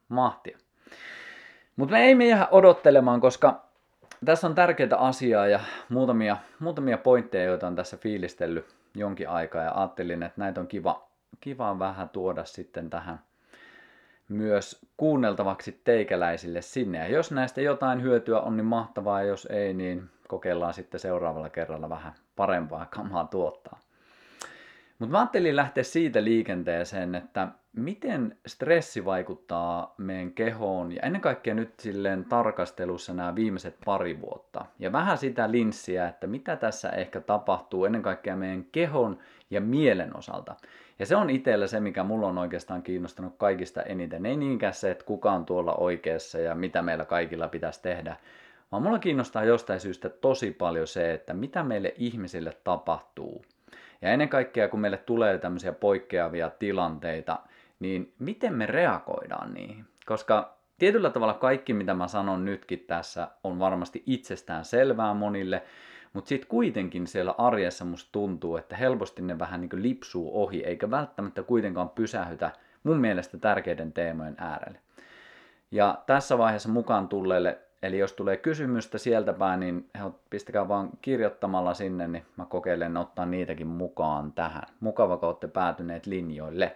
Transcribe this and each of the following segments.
Mahtia. Mutta me ei jäädä odottelemaan, koska tässä on tärkeitä asiaa ja muutamia pointteja, joita on tässä fiilistellyt jonkin aikaa. Ja ajattelin, että näitä on kiva vähän tuoda sitten tähän myös kuunneltavaksi teikäläisille sinne. Ja jos näistä jotain hyötyä on, niin mahtavaa. Ja jos ei, niin kokeillaan sitten seuraavalla kerralla vähän parempaa kamaa tuottaa. Mutta mä ajattelin lähteä siitä liikenteeseen, että miten stressi vaikuttaa meidän kehoon ja ennen kaikkea nyt silleen tarkastelussa nämä viimeiset pari vuotta. Ja vähän sitä linssiä, että mitä tässä ehkä tapahtuu ennen kaikkea meidän kehon ja mielen osalta. Ja se on itsellä se, mikä mulla on oikeastaan kiinnostanut kaikista eniten. Ei niinkään se, että kuka on tuolla oikeassa ja mitä meillä kaikilla pitäisi tehdä, vaan mulla kiinnostaa jostain syystä tosi paljon se, että mitä meille ihmisille tapahtuu. Ja ennen kaikkea, kun meille tulee tämmöisiä poikkeavia tilanteita, niin miten me reagoidaan niihin? Koska tietyllä tavalla kaikki, mitä mä sanon nytkin tässä, on varmasti itsestään selvää monille, mutta sitten kuitenkin siellä arjessa musta tuntuu, että helposti ne vähän niin kuin lipsuu ohi, eikä välttämättä kuitenkaan pysähytä mun mielestä tärkeiden teemojen äärelle. Ja tässä vaiheessa mukaan tulleille, eli jos tulee kysymystä sieltä päin, niin pistäkää vaan kirjoittamalla sinne, niin mä kokeilen ottaa niitäkin mukaan tähän. Mukava, kun olette päätyneet linjoille.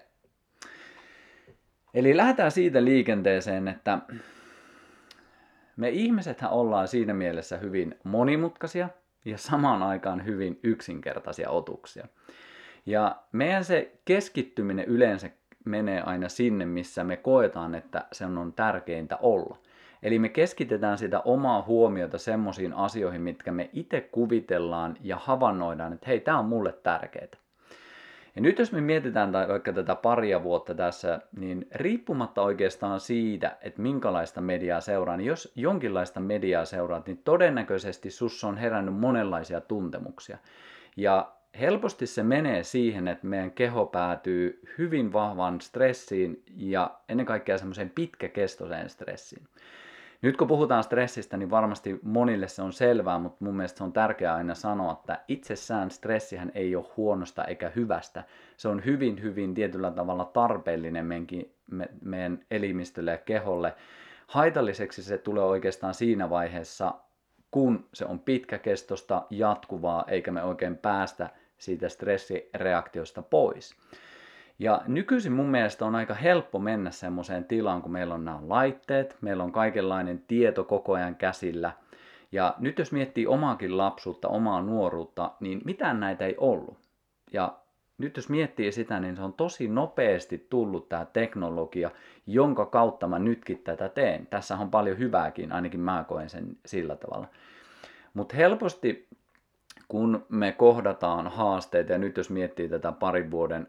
Eli lähdetään siitä liikenteeseen, että me ihmisethän ollaan siinä mielessä hyvin monimutkaisia ja samaan aikaan hyvin yksinkertaisia otuksia. Ja meidän se keskittyminen yleensä menee aina sinne, missä me koetaan, että se on tärkeintä olla. Eli me keskitetään sitä omaa huomiota semmoisiin asioihin, mitkä me itse kuvitellaan ja havainnoidaan, että hei, tämä on mulle tärkeää. Ja nyt jos me mietitään vaikka tätä paria vuotta tässä, niin riippumatta oikeastaan siitä, että minkälaista mediaa seuraa, niin jos jonkinlaista mediaa seuraat, niin todennäköisesti sussa on herännyt monenlaisia tuntemuksia. Ja helposti se menee siihen, että meidän keho päätyy hyvin vahvaan stressiin ja ennen kaikkea semmoiseen pitkäkestoiseen stressiin. Nyt kun puhutaan stressistä, niin varmasti monille se on selvää, mutta mun mielestä se on tärkeää aina sanoa, että itsessään stressihän ei ole huonosta eikä hyvästä. Se on hyvin tietyllä tavalla tarpeellinen meidän elimistölle ja keholle. Haitalliseksi se tulee oikeastaan siinä vaiheessa, kun se on pitkäkestoista, jatkuvaa, eikä me oikein päästä siitä stressireaktiosta pois. Ja nykyisin mun mielestä on aika helppo mennä semmoiseen tilaan, kun meillä on nämä laitteet, meillä on kaikenlainen tieto koko ajan käsillä. Ja nyt jos miettii omaakin lapsuutta, omaa nuoruutta, niin mitään näitä ei ollut. Ja nyt jos miettii sitä, niin se on tosi nopeasti tullut tämä teknologia, jonka kautta mä nytkin tätä teen. Tässä on paljon hyvääkin, ainakin mä koen sen sillä tavalla. Mutta helposti kun me kohdataan haasteita, ja nyt jos miettii tätä parin vuoden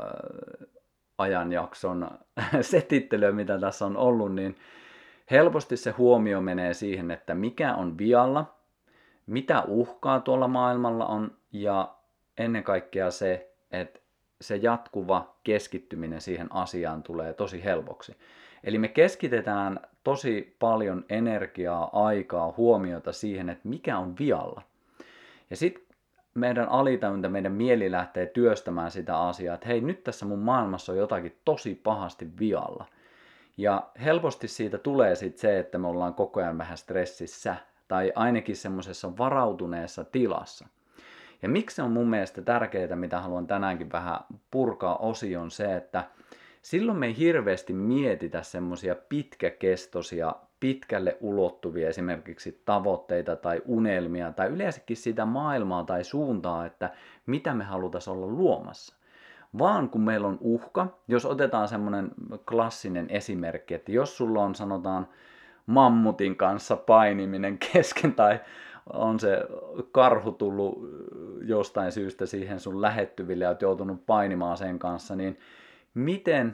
ajanjakson setittelyä, mitä tässä on ollut, niin helposti se huomio menee siihen, että mikä on vialla, mitä uhkaa tuolla maailmalla on, ja ennen kaikkea se, että se jatkuva keskittyminen siihen asiaan tulee tosi helpoksi. Eli me keskitetään tosi paljon energiaa, aikaa, huomiota siihen, että mikä on vialla. Ja sitten meidän alitajunta, meidän mieli lähtee työstämään sitä asiaa, että hei, nyt tässä mun maailmassa on jotakin tosi pahasti vialla. Ja helposti siitä tulee sitten se, että me ollaan koko ajan vähän stressissä tai ainakin semmoisessa varautuneessa tilassa. Ja miksi se on mun mielestä tärkeää, mitä haluan tänäänkin vähän purkaa osion, se, että silloin me ei hirveästi mietitä semmoisia pitkäkestoisia, pitkälle ulottuvia esimerkiksi tavoitteita tai unelmia tai yleensäkin sitä maailmaa tai suuntaa, että mitä me halutaan olla luomassa. Vaan kun meillä on uhka, jos otetaan semmoinen klassinen esimerkki, että jos sulla on sanotaan mammutin kanssa painiminen kesken tai on se karhu tullut jostain syystä siihen sun lähettyville ja oot joutunut painimaan sen kanssa, niin miten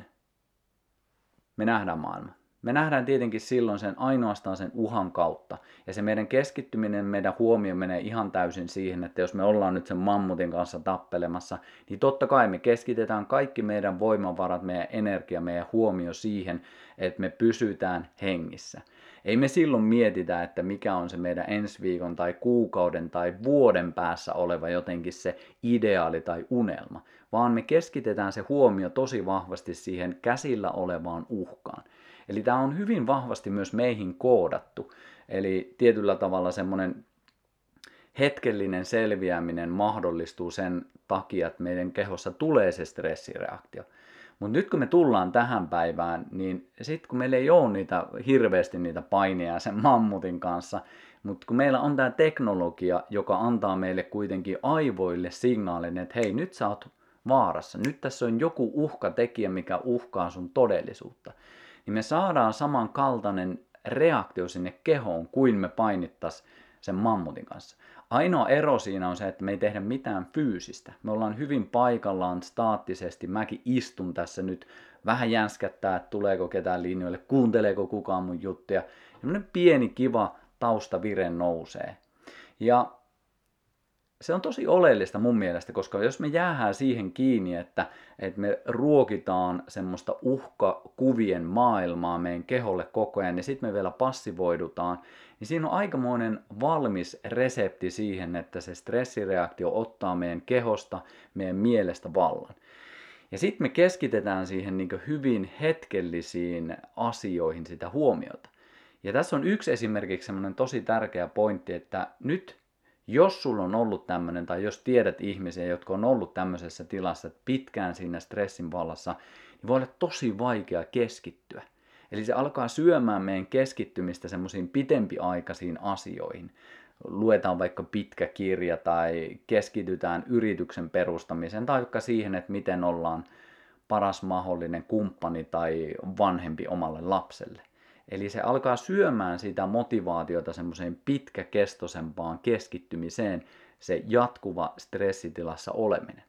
me nähdään maailma? Me nähdään tietenkin silloin sen ainoastaan sen uhan kautta. Ja se meidän keskittyminen, meidän huomio menee ihan täysin siihen, että jos me ollaan nyt sen mammutin kanssa tappelemassa, niin totta kai me keskitetään kaikki meidän voimavarat, meidän energia, meidän huomio siihen, että me pysytään hengissä. Ei me silloin mietitä, että mikä on se meidän ensi viikon tai kuukauden tai vuoden päässä oleva jotenkin se ideaali tai unelma, vaan me keskitetään se huomio tosi vahvasti siihen käsillä olevaan uhkaan. Eli tämä on hyvin vahvasti myös meihin koodattu. Eli tietyllä tavalla semmoinen hetkellinen selviäminen mahdollistuu sen takia, että meidän kehossa tulee se stressireaktio. Mutta nyt kun me tullaan tähän päivään, niin sitten kun meillä ei ole hirveästi niitä paineja sen mammutin kanssa, mutta kun meillä on tämä teknologia, joka antaa meille kuitenkin aivoille signaalin, että hei, nyt sä oot vaarassa, nyt tässä on joku uhkatekijä, mikä uhkaa sun todellisuutta, niin me saadaan samankaltainen reaktio sinne kehoon kuin me painittaisiin sen mammutin kanssa. Ainoa ero siinä on se, että me ei tehdä mitään fyysistä. Me ollaan hyvin paikallaan staattisesti. Mäkin istun tässä nyt, vähän jänskättää, että tuleeko ketään linjoille, kuunteleeko kukaan mun juttuja. Sellainen pieni kiva taustavire nousee. Ja se on tosi oleellista mun mielestä, koska jos me jäädään siihen kiinni, että me ruokitaan semmoista uhkakuvien maailmaa meidän keholle koko ajan, niin sitten me vielä passivoidutaan, niin siinä on aikamoinen valmis resepti siihen, että se stressireaktio ottaa meidän kehosta, meidän mielestä vallan. Ja sitten me keskitetään siihen niin hyvin hetkellisiin asioihin sitä huomiota. Ja tässä on yksi esimerkiksi semmoinen tosi tärkeä pointti, että nyt jos sulla on ollut tämmöinen, tai jos tiedät ihmisiä, jotka on ollut tämmöisessä tilassa pitkään siinä stressin vallassa, niin voi olla tosi vaikea keskittyä. Eli se alkaa syömään meidän keskittymistä semmoisiin pitempiaikaisiin asioihin. Luetaan vaikka pitkä kirja tai keskitytään yrityksen perustamiseen tai vaikka siihen, että miten ollaan paras mahdollinen kumppani tai vanhempi omalle lapselle. Eli se alkaa syömään sitä motivaatiota semmoiseen pitkäkestoisempaan keskittymiseen, se jatkuva stressitilassa oleminen.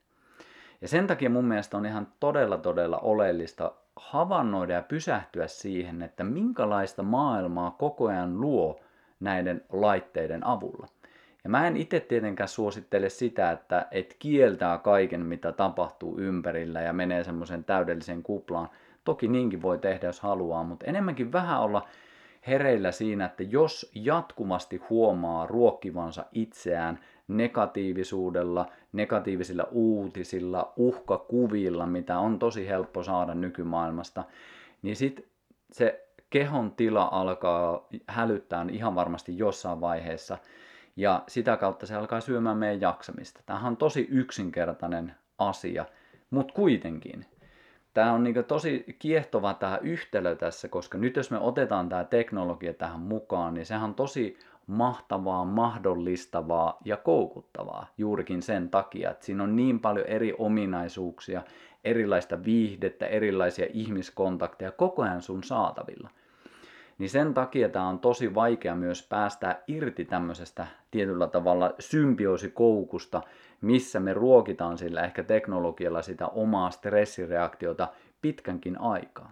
Ja sen takia mun mielestä on ihan todella oleellista havainnoida ja pysähtyä siihen, että minkälaista maailmaa koko ajan luo näiden laitteiden avulla. Ja mä en itse tietenkään suosittele sitä, että et kieltää kaiken, mitä tapahtuu ympärillä ja menee semmoisen täydelliseen kuplaan. Toki niinkin voi tehdä, jos haluaa, mutta enemmänkin vähän olla hereillä siinä, että jos jatkuvasti huomaa ruokkivansa itseään negatiivisuudella, negatiivisilla uutisilla, uhkakuvilla, mitä on tosi helppo saada nykymaailmasta, niin sitten se kehon tila alkaa hälyttää ihan varmasti jossain vaiheessa, ja sitä kautta se alkaa syömään meidän jaksamista. Tämähän on tosi yksinkertainen asia, mutta kuitenkin. Tämä on tosi kiehtova tämä yhtälö tässä, koska nyt jos me otetaan tämä teknologia tähän mukaan, niin sehän on tosi mahtavaa, mahdollistavaa ja koukuttavaa juurikin sen takia, että siinä on niin paljon eri ominaisuuksia, erilaista viihdettä, erilaisia ihmiskontakteja koko ajan sun saatavilla. Niin sen takia tämä on tosi vaikea myös päästä irti tämmöisestä tietyllä tavalla symbioosikoukkusta, missä me ruokitaan sillä ehkä teknologialla sitä omaa stressireaktiota pitkänkin aikaa.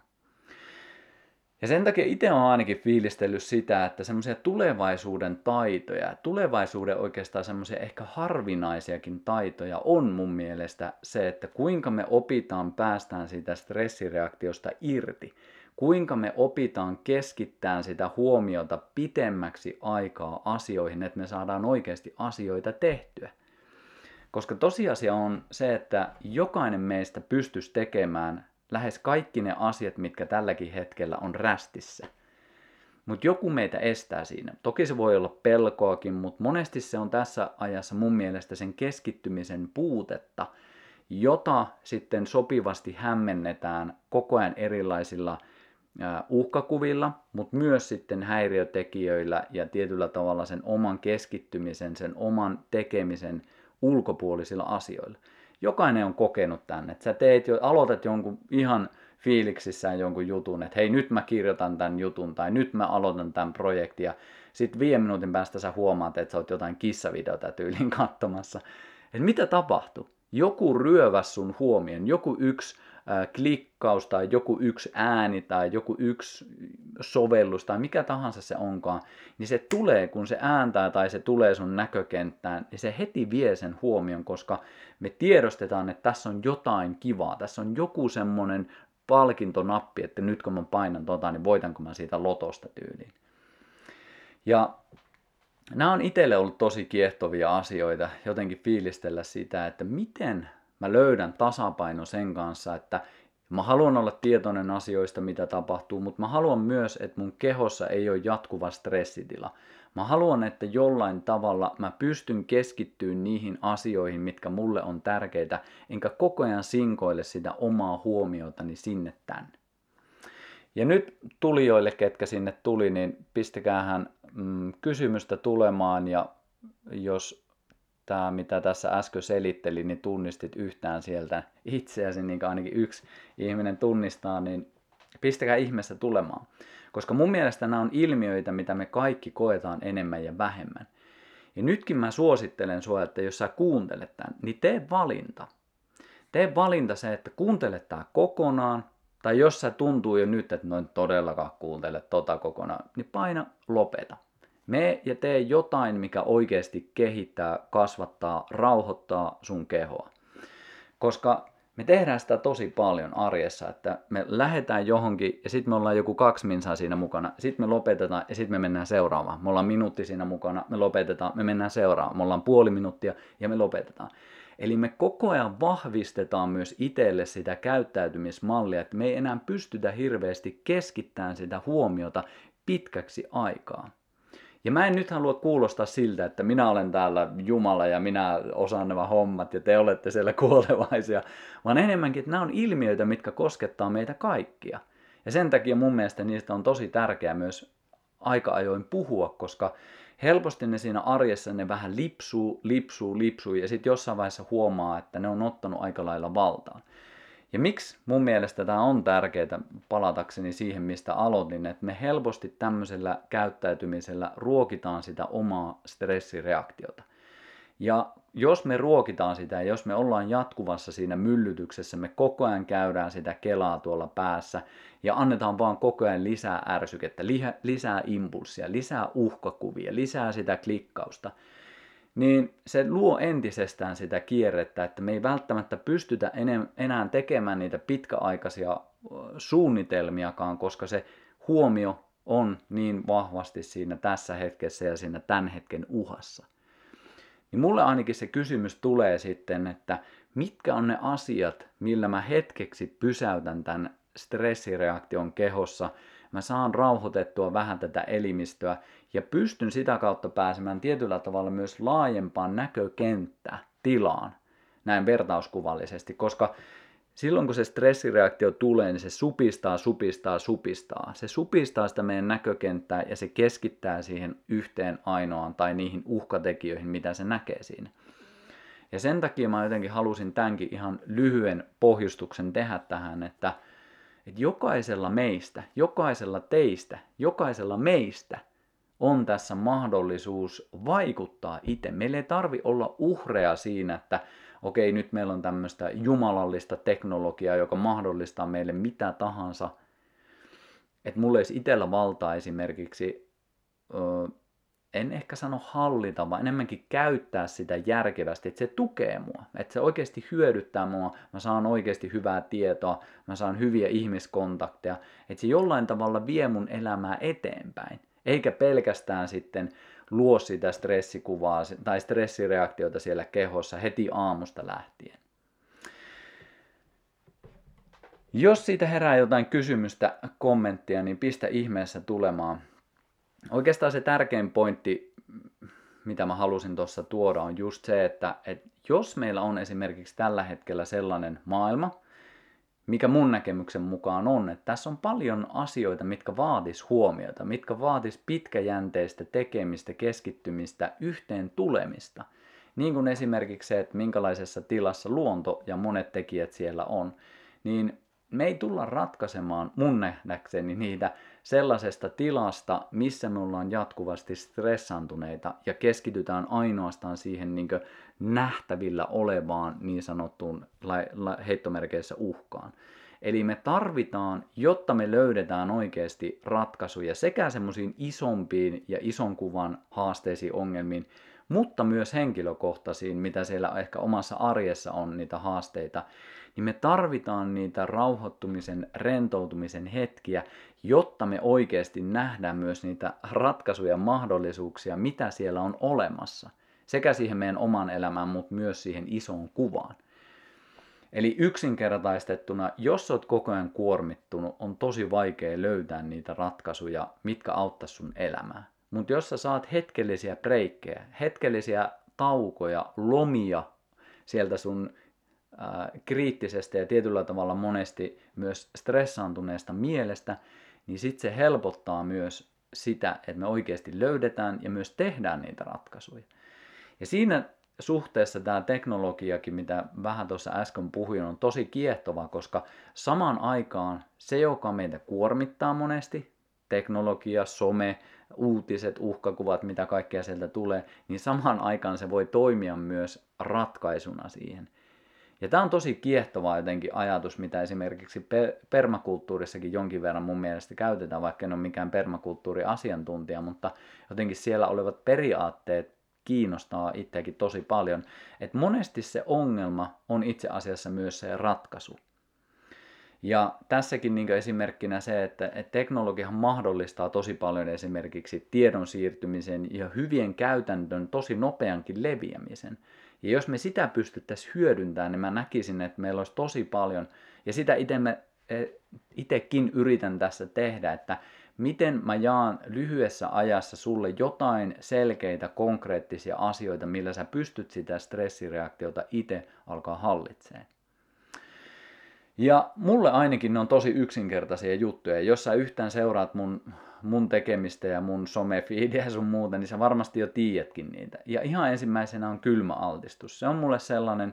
Ja sen takia itse olen ainakin fiilistellyt sitä, että semmoisia tulevaisuuden taitoja, tulevaisuuden oikeastaan semmoisia ehkä harvinaisiakin taitoja on mun mielestä se, että kuinka me päästään siitä stressireaktiosta irti. Kuinka me opitaan keskittämään sitä huomiota pitemmäksi aikaa asioihin, että me saadaan oikeasti asioita tehtyä. Koska tosiasia on se, että jokainen meistä pystyisi tekemään lähes kaikki ne asiat, mitkä tälläkin hetkellä on rästissä. Mutta joku meitä estää siinä. Toki se voi olla pelkoakin, mutta monesti se on tässä ajassa mun mielestä sen keskittymisen puutetta, jota sitten sopivasti hämmennetään koko ajan erilaisilla uhkakuvilla, mutta myös sitten häiriötekijöillä ja tietyllä tavalla sen oman keskittymisen, sen oman tekemisen ulkopuolisilla asioilla. Jokainen on kokenut tänne, että sä aloitat jonkun ihan fiiliksissään jonkun jutun, että hei, nyt mä kirjoitan tämän jutun tai nyt mä aloitan tämän projektin ja sitten 5 minuutin päästä sä huomaat, että sä oot jotain kissavideota tyyliin katsomassa. Että mitä tapahtui? Joku ryöväs sun huomion, joku yksi klikkaus tai joku yksi ääni tai joku yksi sovellus tai mikä tahansa se onkaan, niin se tulee, kun se ääntää tai se tulee sun näkökenttään, niin se heti vie sen huomion, koska me tiedostetaan, että tässä on jotain kivaa, tässä on joku semmoinen palkintonappi, että nyt kun mä painan niin voitanko mä siitä lotosta tyyliin. Ja nämä on itselle ollut tosi kiehtovia asioita, jotenkin fiilistellä sitä, että miten mä löydän tasapaino sen kanssa, että Mä haluan olla tietoinen asioista, mitä tapahtuu, mutta mä haluan myös, että mun kehossa ei ole jatkuva stressitila. Mä haluan, että jollain tavalla mä pystyn keskittymään niihin asioihin, mitkä mulle on tärkeitä, enkä koko ajan sinkoile sitä omaa huomiotani sinne tänne. Ja nyt tulijoille, ketkä sinne tuli, niin pistäkäähän kysymystä tulemaan, ja jos tämä, mitä tässä äsken selittelin, niin tunnistit yhtään sieltä itseäsi, niin kuin ainakin yksi ihminen tunnistaa, niin pistäkää ihmeessä tulemaan. Koska mun mielestä nämä on ilmiöitä, mitä me kaikki koetaan enemmän ja vähemmän. Ja nytkin mä suosittelen sua, että jos sä kuuntelet tämän, niin tee valinta. Tee valinta se, että kuuntele tää kokonaan, tai jos sä tuntuu jo nyt, että noin todellakaan kuuntele tota kokonaan, niin paina lopeta. Mene ja tee jotain, mikä oikeasti kehittää, kasvattaa, rauhoittaa sun kehoa. Koska me tehdään sitä tosi paljon arjessa, että me lähdetään johonkin ja sitten me ollaan joku 2 minsaa siinä mukana, sitten me lopetetaan ja sitten me mennään seuraavaan. Me ollaan minuutti siinä mukana, me lopetetaan, me mennään seuraavaan. Me ollaan puoli minuuttia ja me lopetetaan. Eli me koko ajan vahvistetaan myös itselle sitä käyttäytymismallia, että me ei enää pystytä hirveästi keskittämään sitä huomiota pitkäksi aikaa. Ja mä en nyt halua kuulostaa siltä, että minä olen täällä Jumala ja minä osaan nämä hommat ja te olette siellä kuolevaisia, vaan enemmänkin, että nämä on ilmiöitä, mitkä koskettaa meitä kaikkia. Ja sen takia mun mielestä niistä on tosi tärkeää myös aika ajoin puhua, koska helposti ne siinä arjessa ne vähän lipsuu ja sitten jossain vaiheessa huomaa, että ne on ottanut aika lailla valtaan. Ja miksi mun mielestä tämä on tärkeää, palatakseni siihen, mistä aloitin, että me helposti tämmöisellä käyttäytymisellä ruokitaan sitä omaa stressireaktiota. Ja jos me ruokitaan sitä ja jos me ollaan jatkuvassa siinä myllytyksessä, me koko ajan käydään sitä kelaa tuolla päässä ja annetaan vaan koko ajan lisää ärsykettä, lisää impulssia, lisää uhkakuvia, lisää sitä klikkausta, niin se luo entisestään sitä kierrettä, että me ei välttämättä pystytä enää tekemään niitä pitkäaikaisia suunnitelmiakaan, koska se huomio on niin vahvasti siinä tässä hetkessä ja siinä tämän hetken uhassa. Niin mulle ainakin se kysymys tulee sitten, että mitkä on ne asiat, millä mä hetkeksi pysäytän tämän stressireaktion kehossa, mä saan rauhoitettua vähän tätä elimistöä ja pystyn sitä kautta pääsemään tietyllä tavalla myös laajempaan näkökenttätilaan, näin vertauskuvallisesti, koska silloin kun se stressireaktio tulee, niin se supistaa. Se supistaa sitä meidän näkökenttää ja se keskittää siihen yhteen ainoaan tai niihin uhkatekijöihin, mitä se näkee siinä. Ja sen takia mä jotenkin halusin tämänkin ihan lyhyen pohjustuksen tehdä tähän, että jokaisella meistä, jokaisella teistä, jokaisella meistä on tässä mahdollisuus vaikuttaa itse. Meillä ei tarvi olla uhreja siinä, että okei, nyt meillä on tämmöistä jumalallista teknologiaa, joka mahdollistaa meille mitä tahansa. Että mulla olisi itsellä valtaa esimerkiksi, en ehkä sano hallita, vaan enemmänkin käyttää sitä järkevästi, että se tukee mua, että se oikeasti hyödyttää mua, mä saan oikeasti hyvää tietoa, mä saan hyviä ihmiskontakteja, että se jollain tavalla vie mun elämää eteenpäin, eikä pelkästään sitten luo sitä stressikuvaa tai stressireaktiota siellä kehossa heti aamusta lähtien. Jos siitä herää jotain kysymystä, kommenttia, niin pistä ihmeessä tulemaan. Oikeastaan se tärkein pointti, mitä mä halusin tuossa tuoda, on just se, että jos meillä on esimerkiksi tällä hetkellä sellainen maailma, mikä mun näkemyksen mukaan on, että tässä on paljon asioita, mitkä vaatis huomiota, mitkä vaatis pitkäjänteistä tekemistä, keskittymistä, yhteen tulemista. Niin kuin esimerkiksi se, että minkälaisessa tilassa luonto ja monet tekijät siellä on, niin me ei tulla ratkaisemaan mun nähdäkseni niitä sellaisesta tilasta, missä me ollaan jatkuvasti stressantuneita ja keskitytään ainoastaan siihen niin kuin nähtävillä olevaan niin sanottuun heittomerkeissä uhkaan. Eli me tarvitaan, jotta me löydetään oikeasti ratkaisuja sekä semmoisiin isompiin ja ison kuvan haasteisiin, ongelmiin, mutta myös henkilökohtaisiin, mitä siellä ehkä omassa arjessa on niitä haasteita, niin me tarvitaan niitä rauhoittumisen, rentoutumisen hetkiä, jotta me oikeasti nähdään myös niitä ratkaisuja ja mahdollisuuksia, mitä siellä on olemassa. Sekä siihen meidän oman elämään, mutta myös siihen isoon kuvaan. Eli yksinkertaistettuna, jos oot koko ajan kuormittunut, on tosi vaikea löytää niitä ratkaisuja, mitkä auttaa sun elämää. Mutta jos sä saat hetkellisiä breikkejä, hetkellisiä taukoja, lomia sieltä sun kriittisestä ja tietyllä tavalla monesti myös stressaantuneesta mielestä, niin sitten se helpottaa myös sitä, että me oikeasti löydetään ja myös tehdään niitä ratkaisuja. Ja siinä suhteessa tämä teknologiakin, mitä vähän tuossa äsken puhuin, on tosi kiehtova, koska samaan aikaan se, joka meitä kuormittaa monesti, teknologia, some, uutiset, uhkakuvat, mitä kaikkea sieltä tulee, niin samaan aikaan se voi toimia myös ratkaisuna siihen. Ja tämä on tosi kiehtova jotenkin ajatus, mitä esimerkiksi permakulttuurissakin jonkin verran mun mielestä käytetään, vaikka en ole mikään permakulttuuriasiantuntija, mutta jotenkin siellä olevat periaatteet kiinnostaa itseäkin tosi paljon, että monesti se ongelma on itse asiassa myös se ratkaisu. Ja tässäkin niin esimerkkinä se, että teknologia mahdollistaa tosi paljon esimerkiksi tiedon siirtymisen ja hyvien käytännön tosi nopeankin leviämisen. Ja jos me sitä pystyttäisiin hyödyntämään, niin mä näkisin, että meillä olisi tosi paljon, ja sitä itsekin yritän tässä tehdä, että miten mä jaan lyhyessä ajassa sulle jotain selkeitä, konkreettisia asioita, millä sä pystyt sitä stressireaktiota itse alkaa hallitsemaan. Ja mulle ainakin ne on tosi yksinkertaisia juttuja. Jos sä yhtään seuraat mun tekemistä ja mun somefiidiä ja sun muuta, niin sä varmasti jo tiedätkin niitä. Ja ihan ensimmäisenä on kylmäaltistus. Se on mulle sellainen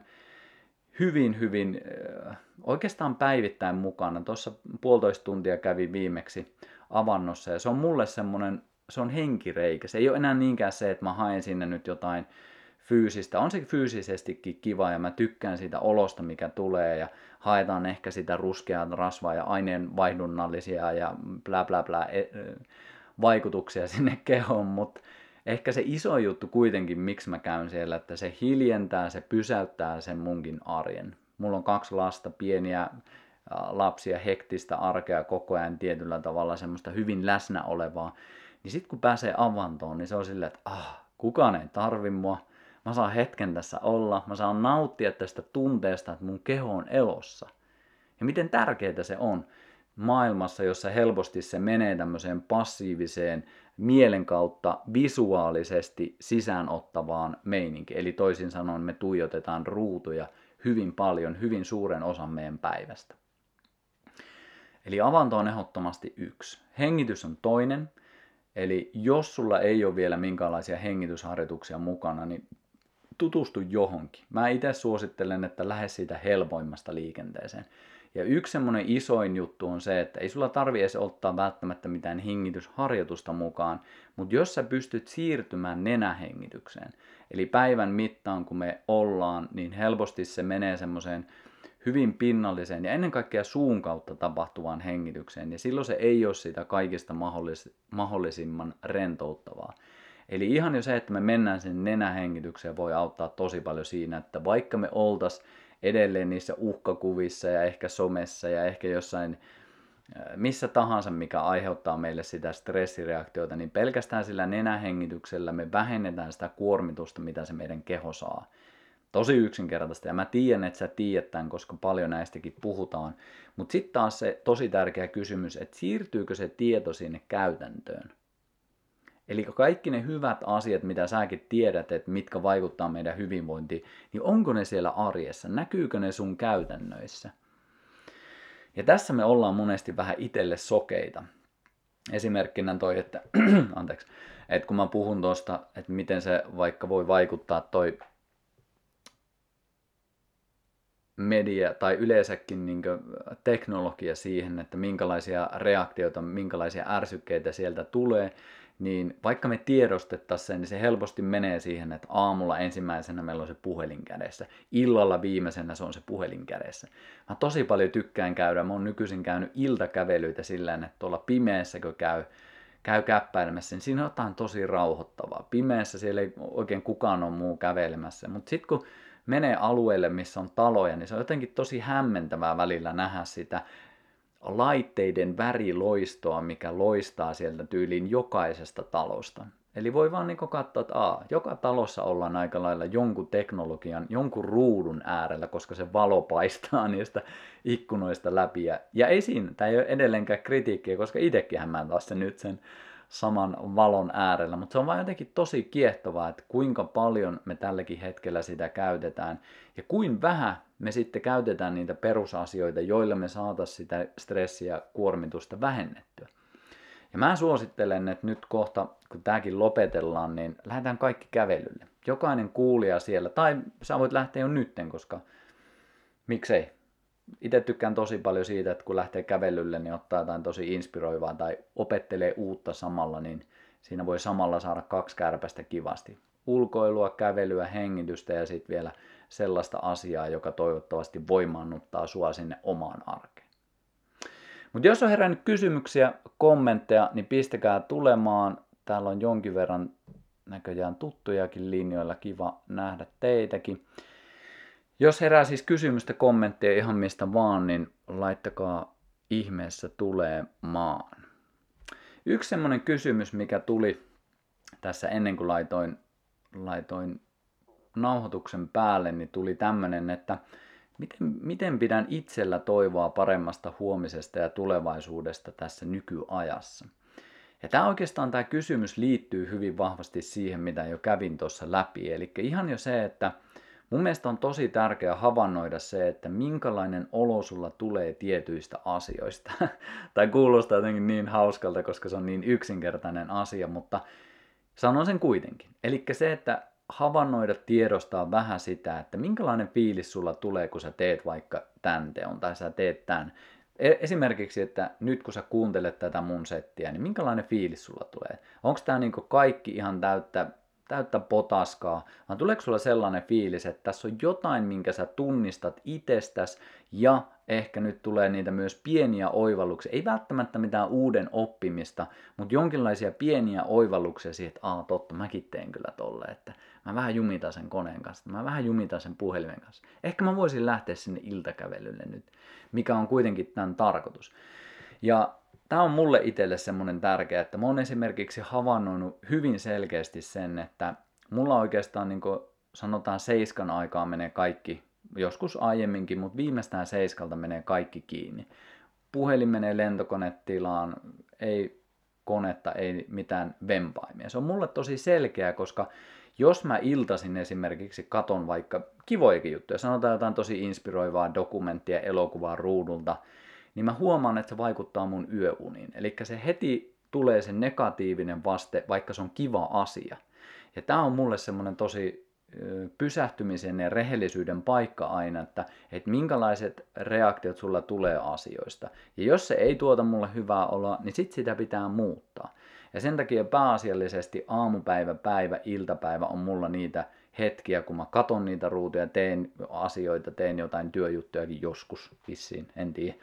hyvin oikeastaan päivittäin mukana. Tuossa 1,5 tuntia kävin viimeksi avannossa ja se on mulle semmoinen, se on henkireikä. Se ei ole enää niinkään se, että mä haen sinne nyt jotain fyysistä. On se fyysisestikin kiva ja mä tykkään siitä olosta, mikä tulee ja haetaan ehkä sitä ruskeaa rasvaa ja aineenvaihdunnallisia ja bla bla bla vaikutuksia sinne kehoon, mutta ehkä se iso juttu kuitenkin, miksi mä käyn siellä, että se hiljentää, se pysäyttää sen munkin arjen. Mulla on 2 lasta, pieniä lapsia, hektistä arkea koko ajan tietyllä tavalla semmoista hyvin läsnä olevaa. Niin sit kun pääsee avantoon, niin se on silleen, että kukaan ei tarvi mua. Mä saan hetken tässä olla, mä saan nauttia tästä tunteesta, että mun keho on elossa. Ja miten tärkeää se on maailmassa, jossa helposti se menee tämmöiseen passiiviseen mielen kautta visuaalisesti sisäänottavaan meininkiin. Eli toisin sanoen me tuijotetaan ruutuja hyvin paljon, hyvin suuren osan meidän päivästä. Eli avanto on ehdottomasti 1. Hengitys on 2. Eli jos sulla ei ole vielä minkäänlaisia hengitysharjoituksia mukana, niin tutustu johonkin. Mä itse suosittelen, että lähde siitä helpoimmasta liikenteeseen. Ja yksi semmoinen isoin juttu on se, että ei sulla tarvi edes ottaa välttämättä mitään hengitysharjoitusta mukaan, mutta jos sä pystyt siirtymään nenähengitykseen, eli päivän mittaan kun me ollaan, niin helposti se menee semmoiseen hyvin pinnalliseen ja ennen kaikkea suun kautta tapahtuvaan hengitykseen, ja silloin se ei ole sitä kaikista mahdollisimman rentouttavaa. Eli ihan jo se, että me mennään sen nenähengitykseen, voi auttaa tosi paljon siinä, että vaikka me oltaisiin edelleen niissä uhkakuvissa ja ehkä somessa ja ehkä jossain missä tahansa, mikä aiheuttaa meille sitä stressireaktiota, niin pelkästään sillä nenähengityksellä me vähennetään sitä kuormitusta, mitä se meidän keho saa. Tosi yksinkertaista, ja mä tiedän, että sä tiedät tämän, koska paljon näistäkin puhutaan. Mutta sitten taas se tosi tärkeä kysymys, että siirtyykö se tieto sinne käytäntöön? Eli kaikki ne hyvät asiat, mitä säkin tiedät, että mitkä vaikuttaa meidän hyvinvointiin, niin onko ne siellä arjessa? Näkyykö ne sun käytännöissä? Ja tässä me ollaan monesti vähän itselle sokeita. Esimerkkinä toi, että, että kun mä puhun tuosta, että miten se vaikka voi vaikuttaa toi media tai yleensäkin niin teknologia siihen, että minkälaisia reaktioita, minkälaisia ärsykkeitä sieltä tulee, niin vaikka me tiedostettaisiin sen, niin se helposti menee siihen, että aamulla ensimmäisenä meillä on se puhelin kädessä, illalla viimeisenä se on se puhelin kädessä. Mä tosi paljon tykkään käydä, mä oon nykyisin käynyt iltakävelyitä sillä että tuolla pimeässä kun käy käppäilemässä, niin siinä on jotain tosi rauhoittavaa. Pimeässä siellä ei oikein kukaan ole muu kävelemässä, mutta sitten kun menee alueelle, missä on taloja, niin se on jotenkin tosi hämmentävää välillä nähdä sitä laitteiden väriloistoa, mikä loistaa sieltä tyyliin jokaisesta talosta. Eli voi vaan niin katsoa, että joka talossa ollaan aika lailla jonkun teknologian, jonkun ruudun äärellä, koska se valo paistaa niistä ikkunoista läpi. Ja ei siinä, tämä ei ole edelleenkään kritiikkiä, koska itsekinhän mä taas nyt sen saman valon äärellä, mutta se on vaan jotenkin tosi kiehtovaa, että kuinka paljon me tälläkin hetkellä sitä käytetään ja kuin vähän me sitten käytetään niitä perusasioita, joilla me saataisiin sitä stressiä ja kuormitusta vähennettyä. Ja mä suosittelen, että nyt kohta, kun tääkin lopetellaan, niin lähdetään kaikki kävelylle. Jokainen kuulija siellä, tai sä voit lähteä jo nytten, koska miksei. Itse tykkään tosi paljon siitä, että kun lähtee kävelylle, niin ottaa jotain tosi inspiroivaa tai opettelee uutta samalla, niin siinä voi samalla saada 2 kärpästä kivasti. Ulkoilua, kävelyä, hengitystä ja sitten vielä sellaista asiaa, joka toivottavasti voimaannuttaa sua sinne omaan arkeen. Mutta jos on herännyt kysymyksiä, kommentteja, niin pistäkää tulemaan. Täällä on jonkin verran näköjään tuttujakin linjoilla, kiva nähdä teitäkin. Jos herää siis kysymystä, kommentteja ihan mistä vaan, niin laittakaa ihmeessä tulemaan. Yksi semmoinen kysymys, mikä tuli tässä ennen kuin laitoin nauhoituksen päälle, niin tuli tämmöinen, että miten pidän itsellä toivoa paremmasta huomisesta ja tulevaisuudesta tässä nykyajassa. Ja tämä kysymys liittyy hyvin vahvasti siihen, mitä jo kävin tuossa läpi. Eli ihan jo se, että mun mielestä on tosi tärkeää havainnoida se, että minkälainen olo sulla tulee tietyistä asioista. Tai kuulostaa jotenkin niin hauskalta, koska se on niin yksinkertainen asia, mutta sanon sen kuitenkin. Eli se, että havainnoida, tiedostaa vähän sitä, että minkälainen fiilis sulla tulee, kun sä teet vaikka tämän teon tai sä teet tämän. Esimerkiksi, että nyt kun sä kuuntelet tätä mun settiä, niin minkälainen fiilis sulla tulee? Onko tää niinku kaikki ihan täyttä potaskaa, vaan tuleeko sulla sellainen fiilis, että tässä on jotain, minkä sä tunnistat itsestäsi ja ehkä nyt tulee niitä myös pieniä oivalluksia, ei välttämättä mitään uuden oppimista, mutta jonkinlaisia pieniä oivalluksia siihen, että totta, mäkin teen kyllä tolle, että mä vähän jumitan sen koneen kanssa, mä vähän jumitan sen puhelimen kanssa. Ehkä mä voisin lähteä sinne iltakävelylle nyt, mikä on kuitenkin tämän tarkoitus. Ja tämä on mulle itselle semmoinen tärkeä, että mä oon esimerkiksi havainnoinut hyvin selkeästi sen, että mulla oikeastaan niin kuin sanotaan 7 aikaa menee kaikki, joskus aiemminkin, mutta viimeistään 7 menee kaikki kiinni. Puhelin menee lentokonetilaan, ei konetta, ei mitään vempaimia. Se on mulle tosi selkeä, koska jos mä iltasin esimerkiksi katon vaikka kivojakin juttuja, sanotaan jotain tosi inspiroivaa dokumenttia, elokuvaa ruudulta, niin mä huomaan, että se vaikuttaa mun yöuniin. Eli se heti tulee se negatiivinen vaste, vaikka se on kiva asia. Ja tää on mulle semmoinen tosi pysähtymisen ja rehellisyyden paikka aina, että minkälaiset reaktiot sulla tulee asioista. Ja jos se ei tuota mulle hyvää oloa, niin sit sitä pitää muuttaa. Ja sen takia pääasiallisesti aamupäivä, päivä, iltapäivä on mulla niitä hetkiä, kun mä katon niitä ruutuja, teen asioita, teen jotain työjuttujakin joskus vissiin, en tiedä.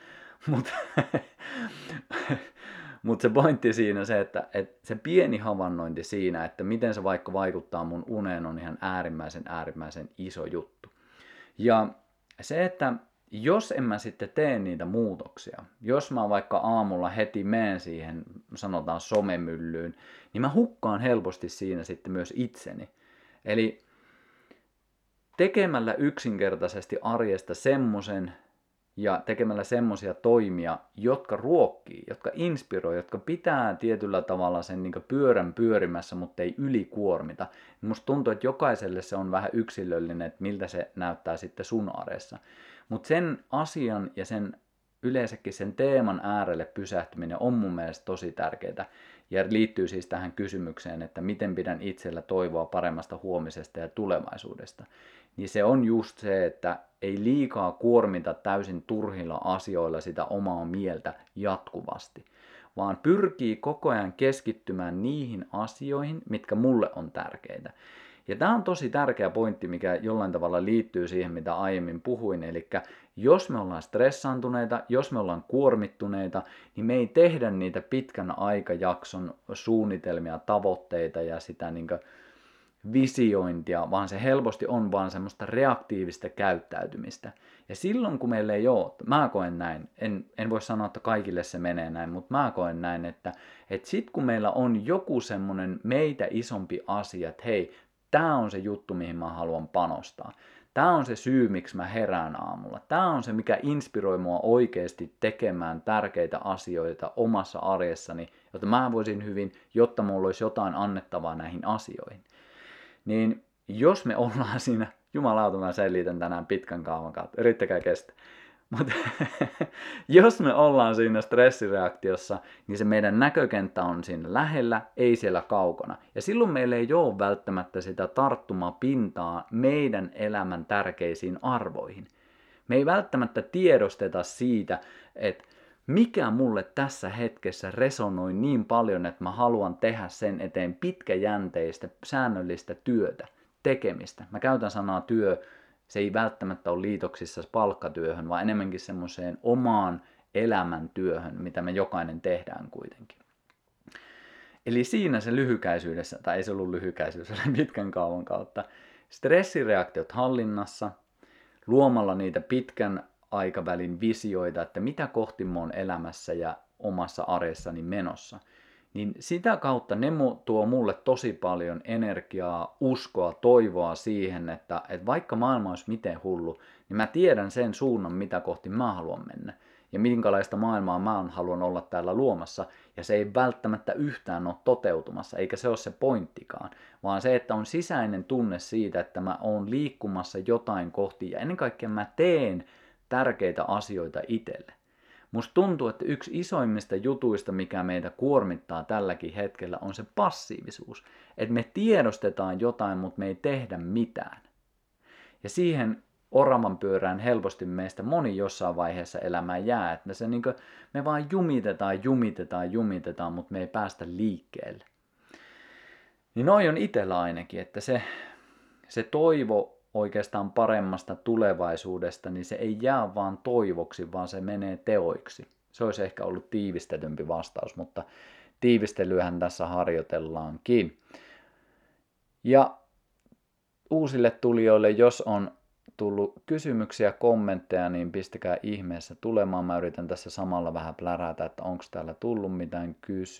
Mutta se pointti siinä se, että se pieni havainnointi siinä, että miten se vaikka vaikuttaa mun uneen, on ihan äärimmäisen iso juttu. Ja se, että jos en mä sitten tee niitä muutoksia, jos mä vaikka aamulla heti menen siihen, sanotaan somemyllyyn, niin mä hukkaan helposti siinä sitten myös itseni. Eli tekemällä yksinkertaisesti arjesta semmoisen ja tekemällä semmoisia toimia, jotka ruokkii, jotka inspiroi, jotka pitää tietyllä tavalla sen niin pyörän pyörimässä, mutta ei ylikuormita. Musta tuntuu, että jokaiselle se on vähän yksilöllinen, että miltä se näyttää sitten sun arjessa. Mutta sen asian ja sen yleensäkin sen teeman äärelle pysähtyminen on mun mielestä tosi tärkeää. Ja liittyy siis tähän kysymykseen, että miten pidän itsellä toivoa paremmasta huomisesta ja tulevaisuudesta. Niin se on just se, että ei liikaa kuormita täysin turhilla asioilla sitä omaa mieltä jatkuvasti, vaan pyrkii koko ajan keskittymään niihin asioihin, mitkä mulle on tärkeitä. Ja tämä on tosi tärkeä pointti, mikä jollain tavalla liittyy siihen, mitä aiemmin puhuin. Eli jos me ollaan stressaantuneita, jos me ollaan kuormittuneita, niin me ei tehdä niitä pitkän aikajakson suunnitelmia, tavoitteita ja sitä visiointia, vaan se helposti on vaan semmoista reaktiivista käyttäytymistä. Ja silloin kun meillä ei ole, mä koen näin, en voi sanoa, että kaikille se menee näin, mutta mä koen näin, että sit kun meillä on joku semmoinen meitä isompi asia, että hei, tää on se juttu, mihin mä haluan panostaa. Tämä on se syy, miksi mä herään aamulla. Tämä on se, mikä inspiroi mua oikeasti tekemään tärkeitä asioita omassa arjessani, jotta mä voisin hyvin, jotta mulla olisi jotain annettavaa näihin asioihin. Niin jos me ollaan siinä, jumalauta mä selitän tänään pitkän kaavan kautta, yrittäkää kestää. Mutta jos me ollaan siinä stressireaktiossa, niin se meidän näkökenttä on siinä lähellä, ei siellä kaukana. Ja silloin meillä ei ole välttämättä sitä tarttumapintaa meidän elämän tärkeisiin arvoihin. Me ei välttämättä tiedosteta siitä, että mikä mulle tässä hetkessä resonoi niin paljon, että mä haluan tehdä sen eteen pitkäjänteistä, säännöllistä työtä, tekemistä. Mä käytän sanaa työ. Se ei välttämättä ole liitoksissa palkkatyöhön, vaan enemmänkin semmoiseen omaan elämäntyöhön, mitä me jokainen tehdään kuitenkin. Eli siinä se lyhykäisyydessä, tai ei se ollut lyhykäisyys, se oli pitkän kaavan kautta, stressireaktiot hallinnassa, luomalla niitä pitkän aikavälin visioita, että mitä kohti mä oon elämässä ja omassa arjessani menossa. Niin sitä kautta ne tuo mulle tosi paljon energiaa, uskoa, toivoa siihen, että vaikka maailma olisi miten hullu, niin mä tiedän sen suunnan, mitä kohti mä haluan mennä. Ja minkälaista maailmaa mä haluan olla täällä luomassa. Ja se ei välttämättä yhtään ole toteutumassa, eikä se ole se pointtikaan. Vaan se, että on sisäinen tunne siitä, että mä oon liikkumassa jotain kohti. Ja ennen kaikkea mä teen tärkeitä asioita itselle. Musta tuntuu, että yksi isoimmista jutuista, mikä meitä kuormittaa tälläkin hetkellä, on se passiivisuus. Että me tiedostetaan jotain, mutta me ei tehdä mitään. Ja siihen oravan pyörään helposti meistä moni jossain vaiheessa elämää jää. Että me vaan jumitetaan, mutta me ei päästä liikkeelle. Niin noi on itsellä ainakin, että se toivo oikeastaan paremmasta tulevaisuudesta, niin se ei jää vaan toivoksi, vaan se menee teoiksi. Se olisi ehkä ollut tiivistetympi vastaus, mutta tiivistelyähän tässä harjoitellaankin. Ja uusille tulijoille, jos on tullut kysymyksiä, kommentteja, niin pistäkää ihmeessä tulemaan. Mä yritän tässä samalla vähän plärätä, että onko täällä tullut mitään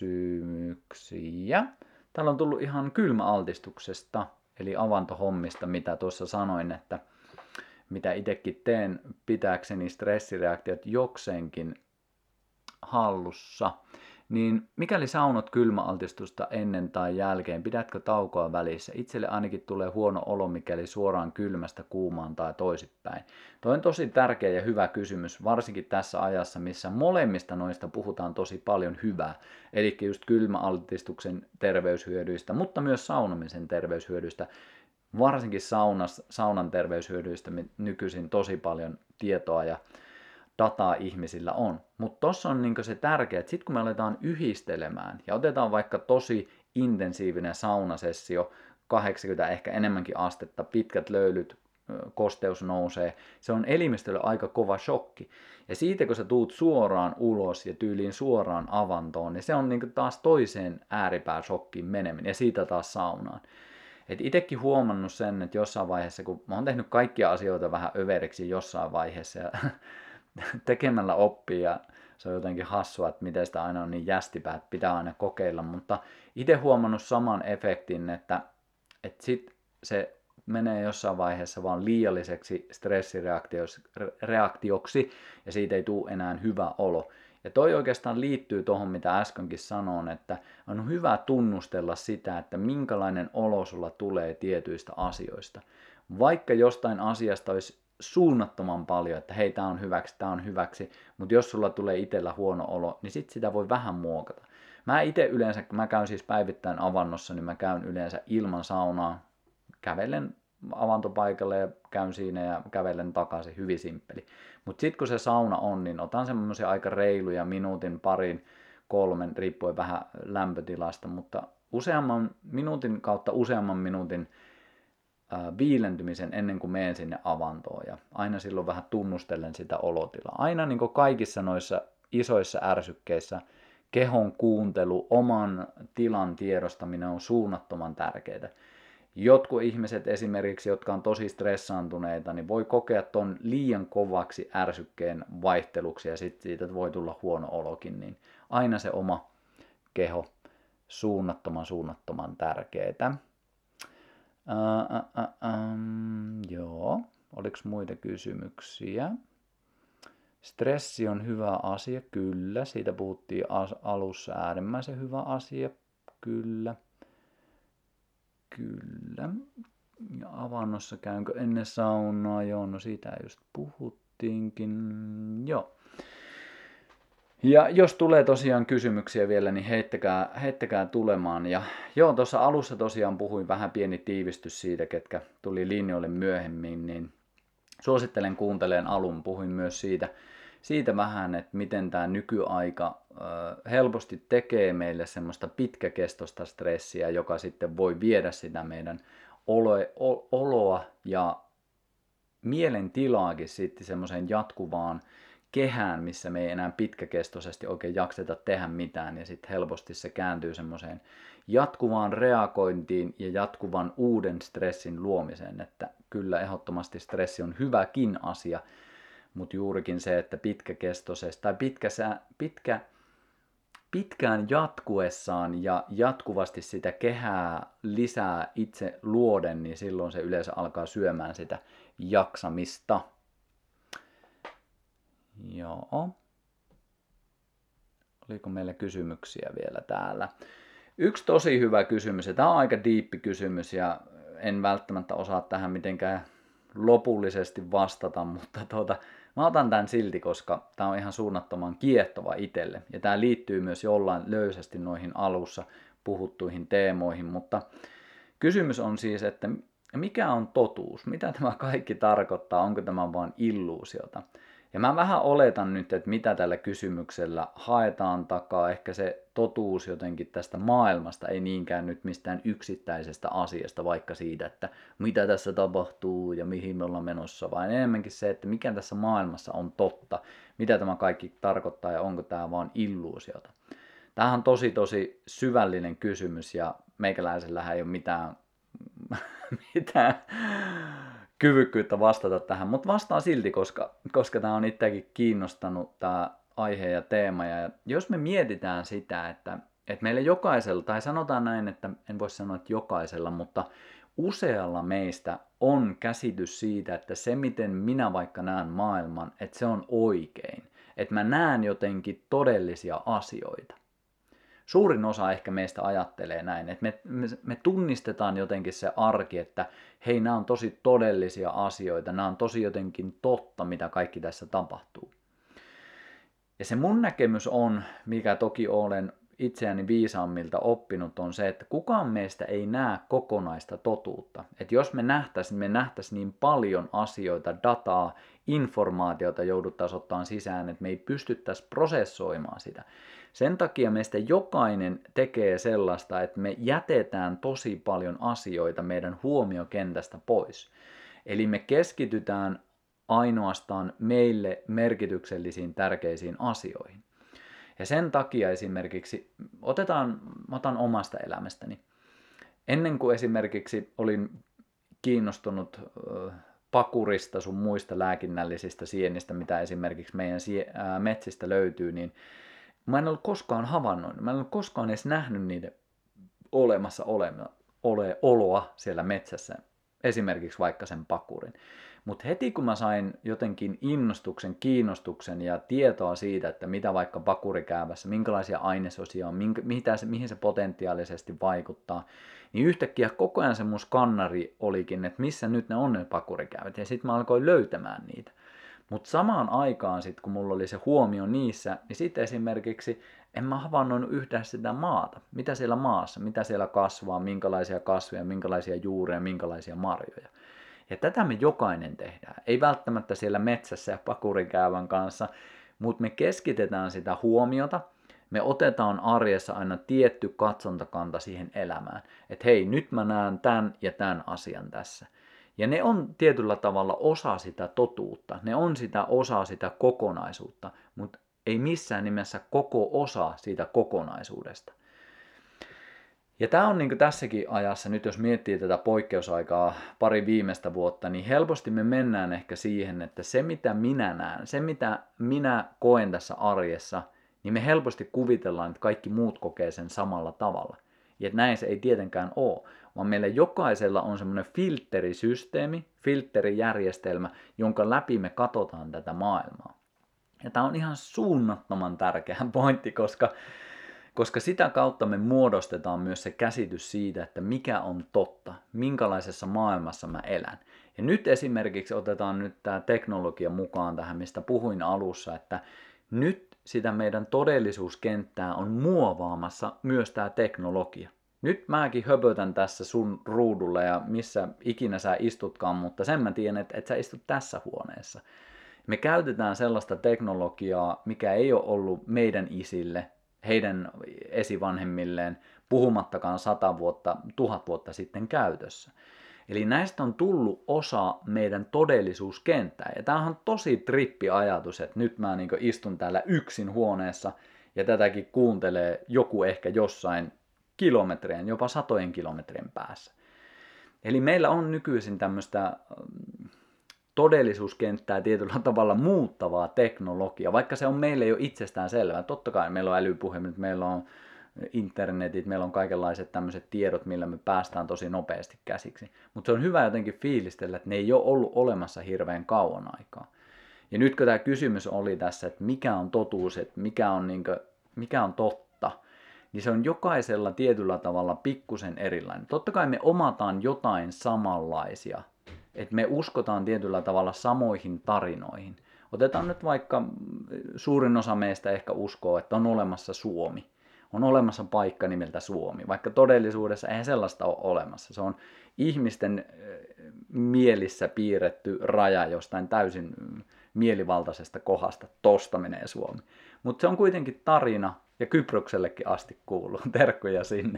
kysymyksiä. Täällä on tullut ihan kylmäaltistuksesta. Eli avantohommista, mitä tuossa sanoin, että mitä itsekin teen pitääkseni stressireaktiot jokseenkin hallussa, niin mikäli saunot kylmäaltistusta ennen tai jälkeen, pidätkö taukoa välissä? Itselle ainakin tulee huono olo, mikäli suoraan kylmästä kuumaan tai toisinpäin. Tuo on tosi tärkeä ja hyvä kysymys, varsinkin tässä ajassa, missä molemmista noista puhutaan tosi paljon hyvää. Eli just kylmäaltistuksen terveyshyödyistä, mutta myös saunomisen terveyshyödyistä. Varsinkin saunan terveyshyödyistä nykyisin tosi paljon tietoa ja dataa ihmisillä on. Mutta tossa on se tärkeä, että sitten kun me aletaan yhdistelemään ja otetaan vaikka tosi intensiivinen saunasessio, 80 ehkä enemmänkin astetta, pitkät löylyt, kosteus nousee, se on elimistölle aika kova shokki. Ja siitä kun sä tuut suoraan ulos ja tyyliin suoraan avantoon, niin se on taas toiseen ääripääshokkiin meneminen ja siitä taas saunaan. Et itekin huomannut sen, että jossain vaiheessa, kun mä oon tehnyt kaikkia asioita vähän överiksi jossain vaiheessa ja tekemällä oppii ja se on jotenkin hassua, että miten sitä aina on niin jästipää, että pitää aina kokeilla, mutta itse huomannut saman efektin, että sit se menee jossain vaiheessa vaan liialliseksi stressireaktioksi ja siitä ei tule enää hyvä olo. Ja toi oikeastaan liittyy tuohon, mitä äskenkin sanoin, että on hyvä tunnustella sitä, että minkälainen olo sulla tulee tietyistä asioista. Vaikka jostain asiasta olisi suunnattoman paljon, että hei, tää on hyväksi, mutta jos sulla tulee itsellä huono olo, niin sit sitä voi vähän muokata. Mä itse yleensä, kun mä käyn siis päivittäin avannossa, niin mä käyn yleensä ilman saunaa, kävelen avantopaikalle ja käyn siinä ja kävelen takaisin, hyvin simppeli. Mutta sitten kun se sauna on, niin otan semmoisia aika reiluja minuutin, parin, 3, riippuen vähän lämpötilasta, mutta useamman minuutin viilentymisen ennen kuin menen sinne avantoon ja aina silloin vähän tunnustelen sitä olotilaa. Aina niin kuin kaikissa noissa isoissa ärsykkeissä kehon kuuntelu, oman tilan tiedostaminen on suunnattoman tärkeää. Jotkut ihmiset esimerkiksi, jotka on tosi stressaantuneita, niin voi kokea ton liian kovaksi ärsykkeen vaihteluksi ja sitten siitä voi tulla huono olokin, niin aina se oma keho suunnattoman tärkeetä. Joo, oliko muita kysymyksiä? Stressi on hyvä asia, kyllä. Siitä puhuttiin alussa, äärimmäisen hyvä asia, kyllä. Kyllä. Ja avannossa käynkö ennen saunaa? Joo, no siitä just puhuttiinkin. Joo. Ja jos tulee tosiaan kysymyksiä vielä, niin heittäkää tulemaan. Ja joo, tuossa alussa tosiaan puhuin vähän pieni tiivistys siitä, ketkä tuli linjoille myöhemmin, niin suosittelen kuuntelemaan alun. Puhuin myös siitä vähän, että miten tämä nykyaika helposti tekee meille semmoista pitkäkestoista stressiä, joka sitten voi viedä sitä meidän oloa ja mielentilaakin sitten semmoiseen jatkuvaan kehään, missä me ei enää pitkäkestoisesti oikein jakseta tehdä mitään, ja sitten helposti se kääntyy semmoiseen jatkuvaan reagointiin ja jatkuvan uuden stressin luomiseen, että kyllä ehdottomasti stressi on hyväkin asia, mutta juurikin se, että pitkäkestoisesti tai pitkään jatkuessaan ja jatkuvasti sitä kehää lisää itse luoden, niin silloin se yleensä alkaa syömään sitä jaksamista. Joo. Oliko meillä kysymyksiä vielä täällä? Yksi tosi hyvä kysymys, ja tämä on aika diippi kysymys, ja en välttämättä osaa tähän mitenkään lopullisesti vastata, mutta mä otan tämän silti, koska tämä on ihan suunnattoman kiehtova itselle. Ja tämä liittyy myös jollain löysästi noihin alussa puhuttuihin teemoihin, mutta kysymys on siis, että mikä on totuus? Mitä tämä kaikki tarkoittaa? Onko tämä vain illuusiota? Ja mä vähän oletan nyt, että mitä tällä kysymyksellä haetaan takaa. Ehkä se totuus jotenkin tästä maailmasta, ei niinkään nyt mistään yksittäisestä asiasta, vaikka siitä, että mitä tässä tapahtuu ja mihin me ollaan menossa, vaan enemmänkin se, että mikä tässä maailmassa on totta, mitä tämä kaikki tarkoittaa ja onko tämä vaan illuusiota. Tämähän on tosi syvällinen kysymys ja meikäläisellähän ei ole mitään kyvykkyyttä vastata tähän, mutta vastaan silti, koska tämä on itseäkin kiinnostanut tämä aihe ja teema. Ja jos me mietitään sitä, että meillä jokaisella, tai sanotaan näin, että en voi sanoa, että jokaisella, mutta usealla meistä on käsitys siitä, että se miten minä vaikka näen maailman, että se on oikein. Että mä näen jotenkin todellisia asioita. Suurin osa ehkä meistä ajattelee näin, että me tunnistetaan jotenkin se arki, että hei, nämä on tosi todellisia asioita, nämä on tosi jotenkin totta, mitä kaikki tässä tapahtuu. Ja se mun näkemys on, mikä toki olen itseäni viisaammilta oppinut, on se, että kukaan meistä ei näe kokonaista totuutta. Että jos me nähtäisiin niin paljon asioita, dataa, informaatiota jouduttaisiin ottaa sisään, että me ei pystyttäisi prosessoimaan sitä. Sen takia meistä jokainen tekee sellaista, että me jätetään tosi paljon asioita meidän huomiokentästä pois. Eli me keskitytään ainoastaan meille merkityksellisiin tärkeisiin asioihin. Ja sen takia esimerkiksi, otan omasta elämästäni. Ennen kuin esimerkiksi olin kiinnostunut pakurista sun muista lääkinnällisistä sienistä, mitä esimerkiksi meidän metsistä löytyy, niin mä en ollut koskaan havainnoinut, mä en ollut koskaan edes nähnyt niiden oloa siellä metsässä, esimerkiksi vaikka sen pakurin. Mutta heti kun mä sain jotenkin kiinnostuksen ja tietoa siitä, että mitä vaikka pakurikäävässä, minkälaisia ainesosia on, mihin se potentiaalisesti vaikuttaa, niin yhtäkkiä koko ajan se mun skannari olikin, että missä nyt ne on ne pakurikäävät, ja sitten mä alkoin löytämään niitä. Mutta samaan aikaan sitten, kun mulla oli se huomio niissä, niin sitten esimerkiksi en mä havainnoinut yhtään sitä maata. Mitä siellä maassa, mitä siellä kasvaa, minkälaisia kasveja, minkälaisia juureja, minkälaisia marjoja. Ja tätä me jokainen tehdään. Ei välttämättä siellä metsässä ja pakurikäävän kanssa, mutta me keskitetään sitä huomiota. Me otetaan arjessa aina tietty katsontakanta siihen elämään. Että hei, nyt mä näen tämän ja tämän asian tässä. Ja ne on tietyllä tavalla osa sitä totuutta, ne on osa sitä kokonaisuutta, mutta ei missään nimessä koko osa siitä kokonaisuudesta. Ja tämä on niin tässäkin ajassa, nyt jos miettii tätä poikkeusaikaa pari viimeistä vuotta, niin helposti me mennään ehkä siihen, että se mitä minä näen, se mitä minä koen tässä arjessa, niin me helposti kuvitellaan, että kaikki muut kokee sen samalla tavalla. Ja että näin se ei tietenkään ole, vaan meillä jokaisella on semmoinen filterisysteemi, filterijärjestelmä, jonka läpi me katsotaan tätä maailmaa. Ja tämä on ihan suunnattoman tärkeä pointti, koska sitä kautta me muodostetaan myös se käsitys siitä, että mikä on totta, minkälaisessa maailmassa mä elän. Ja nyt esimerkiksi otetaan nyt tämä teknologia mukaan tähän, mistä puhuin alussa, että nyt sitä meidän todellisuuskenttää on muovaamassa myös tämä teknologia. Nyt mäkin höpötän tässä sun ruudulla ja missä ikinä sä istutkaan, mutta sen mä tiedän, että et sä istut tässä huoneessa. Me käytetään sellaista teknologiaa, mikä ei ole ollut meidän isille, heidän esivanhemmilleen, puhumattakaan 100 vuotta, 1000 vuotta sitten käytössä. Eli näistä on tullut osa meidän todellisuuskenttää. Ja tämähän on tosi trippi ajatus, että nyt mä istun täällä yksin huoneessa ja tätäkin kuuntelee joku ehkä jossain kilometrien, jopa 100 kilometrien päässä. Eli meillä on nykyisin tämmöistä todellisuuskenttää tietyllä tavalla muuttavaa teknologiaa, vaikka se on meille jo itsestään selvää. Totta kai meillä on älypuhelimet, meillä on internetit, meillä on kaikenlaiset tämmöiset tiedot, millä me päästään tosi nopeasti käsiksi. Mutta se on hyvä jotenkin fiilistellä, että ne ei ole ollut olemassa hirveän kauan aikaa. Ja nyt kun tämä kysymys oli tässä, että mikä on totuus, että mikä on totta, niin se on jokaisella tietyllä tavalla pikkusen erilainen. Totta kai me omataan jotain samanlaisia, että me uskotaan tietyllä tavalla samoihin tarinoihin. Otetaan nyt vaikka, suurin osa meistä ehkä uskoo, että on olemassa Suomi. On olemassa paikka nimeltä Suomi, vaikka todellisuudessa eihän sellaista ole olemassa. Se on ihmisten mielissä piirretty raja jostain täysin mielivaltaisesta kohdasta. Tosta menee Suomi. Mutta se on kuitenkin tarina ja Kyproksellekin asti kuuluu. Terkkuja sinne.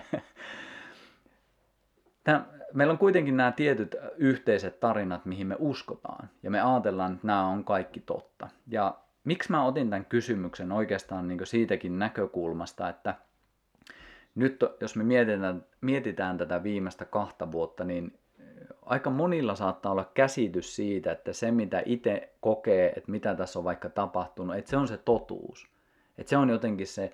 Meillä on kuitenkin nämä tietyt yhteiset tarinat, mihin me uskotaan. Ja me ajatellaan, että nämä on kaikki totta. Ja miksi mä otin tämän kysymyksen oikeastaan siitäkin näkökulmasta, että nyt jos me mietitään tätä viimeistä 2 vuotta, niin aika monilla saattaa olla käsitys siitä, että se mitä itse kokee, että mitä tässä on vaikka tapahtunut, että se on se totuus. Että se on jotenkin se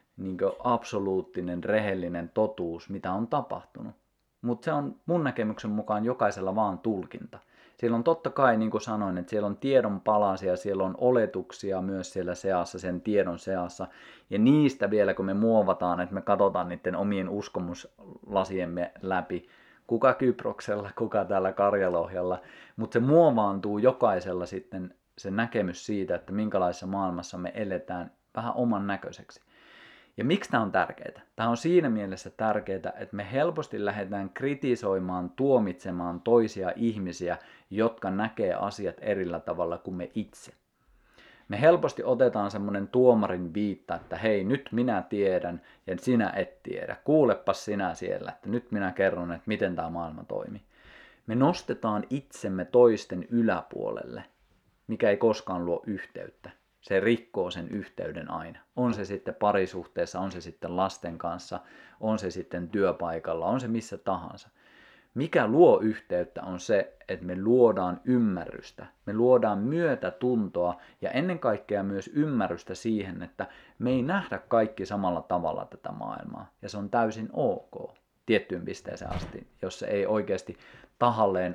absoluuttinen, rehellinen totuus, mitä on tapahtunut. Mutta se on mun näkemyksen mukaan jokaisella vaan tulkinta. Siellä on totta kai, niin kuin sanoin, että siellä on tiedon palasia, siellä on oletuksia myös siellä seassa, sen tiedon seassa. Ja niistä vielä, kun me muovataan, että me katsotaan niiden omien uskomuslasiemme läpi, kuka Kyproksella, kuka täällä Karjalohjalla. Mutta se muovaantuu jokaisella sitten se näkemys siitä, että minkälaisessa maailmassa me eletään vähän oman näköiseksi. Ja miksi tämä on tärkeää? Tämä on siinä mielessä tärkeää, että me helposti lähdetään kritisoimaan, tuomitsemaan toisia ihmisiä, jotka näkee asiat erillä tavalla kuin me itse. Me helposti otetaan semmoinen tuomarin viitta, että hei, nyt minä tiedän ja sinä et tiedä. Kuulepas sinä siellä, että nyt minä kerron, että miten tämä maailma toimii. Me nostetaan itsemme toisten yläpuolelle, mikä ei koskaan luo yhteyttä. Se rikkoo sen yhteyden aina. On se sitten parisuhteessa, on se sitten lasten kanssa, on se sitten työpaikalla, on se missä tahansa. Mikä luo yhteyttä on se, että me luodaan ymmärrystä. Me luodaan myötätuntoa ja ennen kaikkea myös ymmärrystä siihen, että me ei nähdä kaikki samalla tavalla tätä maailmaa. Ja se on täysin ok tiettyyn pisteeseen asti, jos se ei oikeasti tahalleen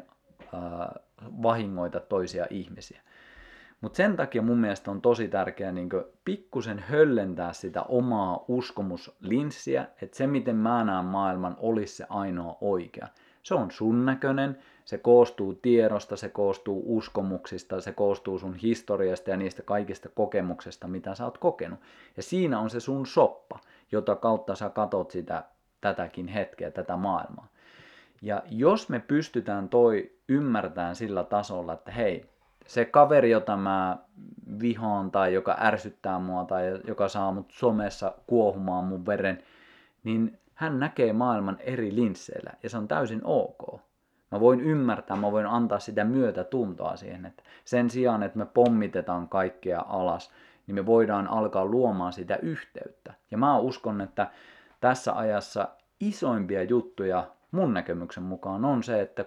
vahingoita toisia ihmisiä. Mutta sen takia mun mielestä on tosi tärkeää pikkusen höllentää sitä omaa uskomuslinssiä, että se miten mä näen maailman olisi se ainoa oikea. Se on sun näköinen, se koostuu tiedosta, se koostuu uskomuksista, se koostuu sun historiasta ja niistä kaikista kokemuksista, mitä sä oot kokenut. Ja siinä on se sun soppa, jota kautta sä katot tätäkin hetkeä, tätä maailmaa. Ja jos me pystytään ymmärtämään sillä tasolla, että hei, se kaveri, jota mä vihaan tai joka ärsyttää mua tai joka saa mut somessa kuohumaan mun veren, niin hän näkee maailman eri linsseillä ja se on täysin ok. Mä voin ymmärtää, mä voin antaa sitä myötätuntoa siihen, että sen sijaan, että me pommitetaan kaikkea alas, niin me voidaan alkaa luomaan sitä yhteyttä. Ja mä uskon, että tässä ajassa isoimpia juttuja mun näkemyksen mukaan on se, että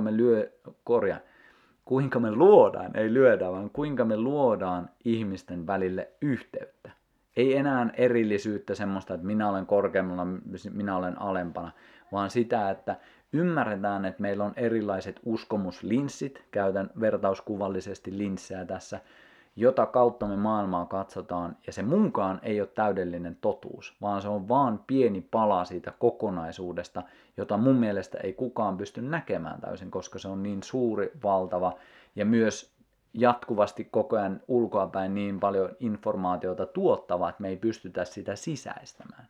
kuinka me luodaan, ei lyödä, vaan kuinka me luodaan ihmisten välille yhteyttä. Ei enää erillisyyttä semmoista, että minä olen korkeammalla, minä olen alempana, vaan sitä, että ymmärretään, että meillä on erilaiset uskomuslinssit, käytän vertauskuvallisesti linssejä tässä, jota kautta me maailmaa katsotaan, ja se munkaan ei ole täydellinen totuus, vaan se on vaan pieni pala siitä kokonaisuudesta, jota mun mielestä ei kukaan pysty näkemään täysin, koska se on niin suuri, valtava, ja myös jatkuvasti koko ajan ulkoapäin niin paljon informaatiota tuottava, että me ei pystytä sitä sisäistämään.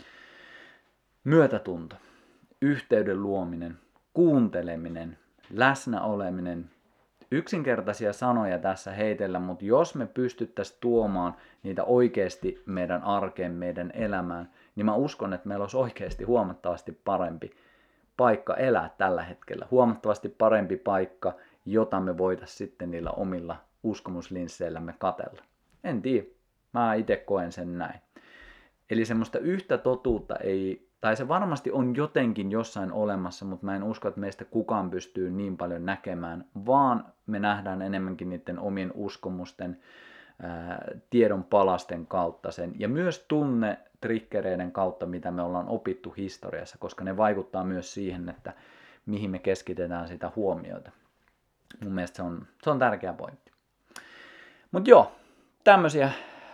Myötätunto, yhteyden luominen, kuunteleminen, läsnä oleminen, yksinkertaisia sanoja tässä heitellä, mutta jos me pystyttäisiin tuomaan niitä oikeasti meidän arkeen, meidän elämään, niin mä uskon, että meillä olisi oikeasti huomattavasti parempi paikka elää tällä hetkellä. Huomattavasti parempi paikka, jota me voitaisiin sitten niillä omilla uskomuslinsseillämme katella. En tiedä, mä itse koen sen näin. Eli semmoista yhtä totuutta ei, tai se varmasti on jotenkin jossain olemassa, mutta mä en usko, että meistä kukaan pystyy niin paljon näkemään, vaan me nähdään enemmänkin niiden omien uskomusten, tiedon palasten kautta sen, ja myös tunnetriggereiden kautta, mitä me ollaan opittu historiassa, koska ne vaikuttaa myös siihen, että mihin me keskitetään sitä huomiota. Mun mielestä se on tärkeä pointti. Mutta joo, tämmöisiä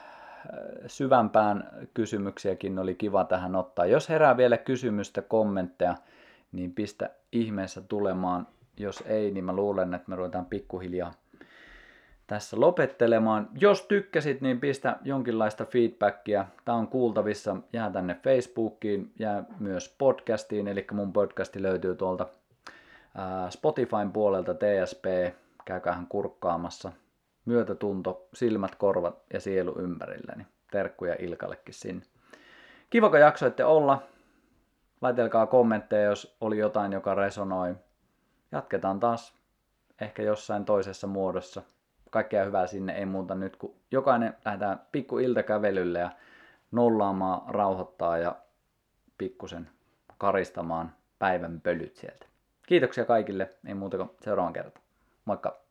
syvämpään kysymyksiäkin oli kiva tähän ottaa. Jos herää vielä kysymystä, kommentteja, niin pistä ihmeessä tulemaan. Jos ei, niin mä luulen, että me ruvetaan pikkuhiljaa tässä lopettelemaan. Jos tykkäsit, niin pistä jonkinlaista feedbackia. Tää on kuultavissa, jää tänne Facebookiin, jää myös podcastiin, eli mun podcasti löytyy tuolta Spotifyn puolelta TSP, käykäähän kurkkaamassa. Myötätunto, silmät, korvat ja sielu ympärilläni. Terkkuja Ilkallekin sinne. Kiva, kun jaksoitte olla. Laitelkaa kommentteja, jos oli jotain, joka resonoi. Jatketaan taas ehkä jossain toisessa muodossa. Kaikkea hyvää sinne, ei muuta nyt, kun jokainen lähdetään pikku iltakävelylle ja nollaamaan, rauhoittaa ja pikkusen karistamaan päivän pölyt sieltä. Kiitoksia kaikille, ei muuta kuin seuraavan kertaan. Moikka!